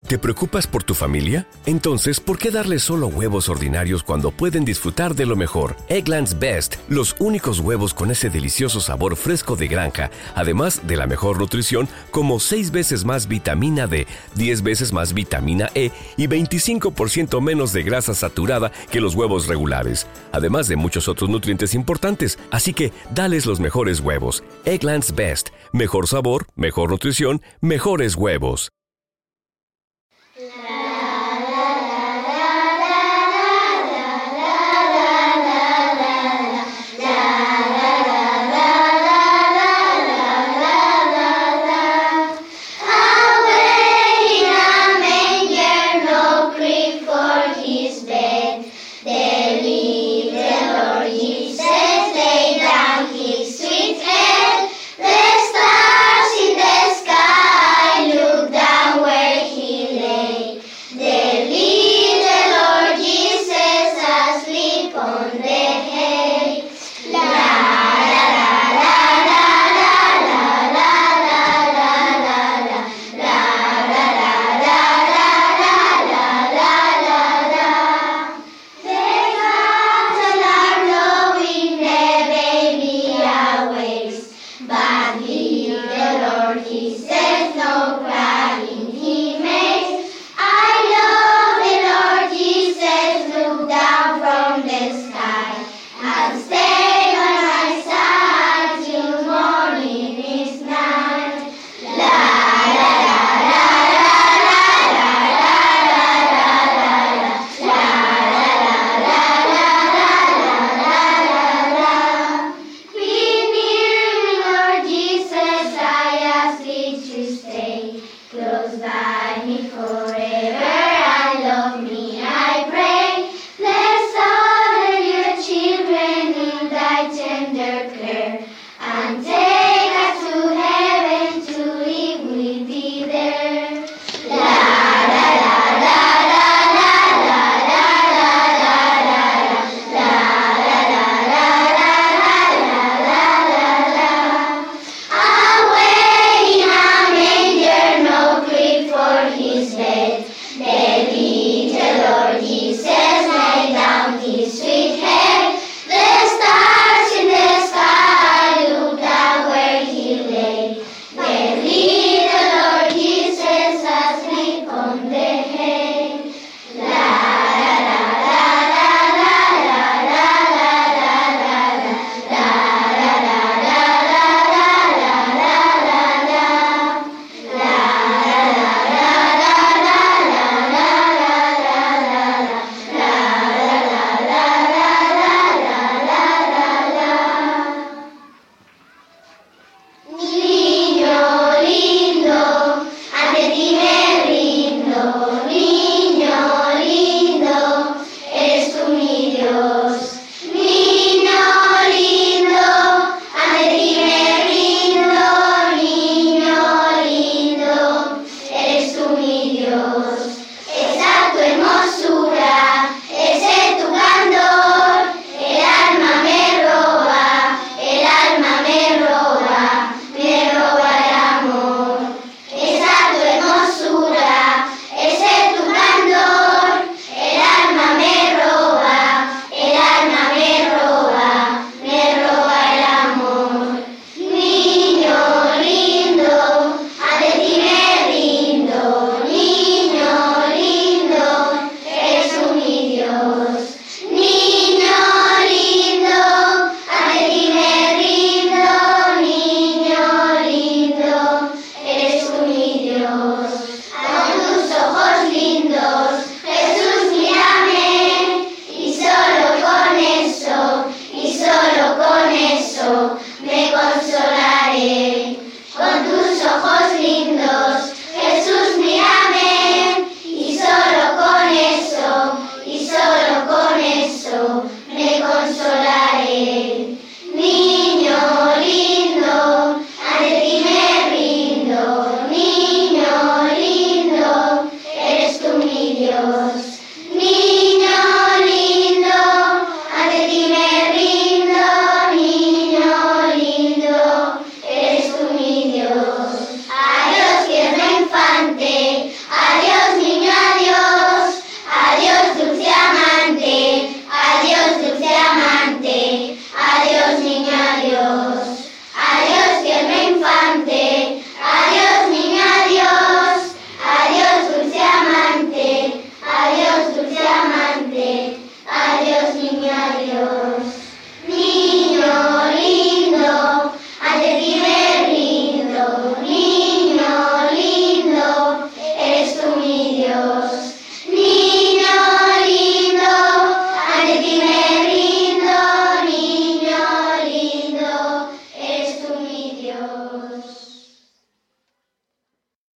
¿Te preocupas por tu familia? Entonces, ¿por qué darles solo huevos ordinarios cuando pueden disfrutar de lo mejor? Eggland's Best, los únicos huevos con ese delicioso sabor fresco de granja, además de la mejor nutrición, como 6 veces más vitamina D, 10 veces más vitamina E y 25% menos de grasa saturada que los huevos regulares, además de muchos otros nutrientes importantes. Así que, dales los mejores huevos. Eggland's Best, mejor sabor, mejor nutrición, mejores huevos. Dios.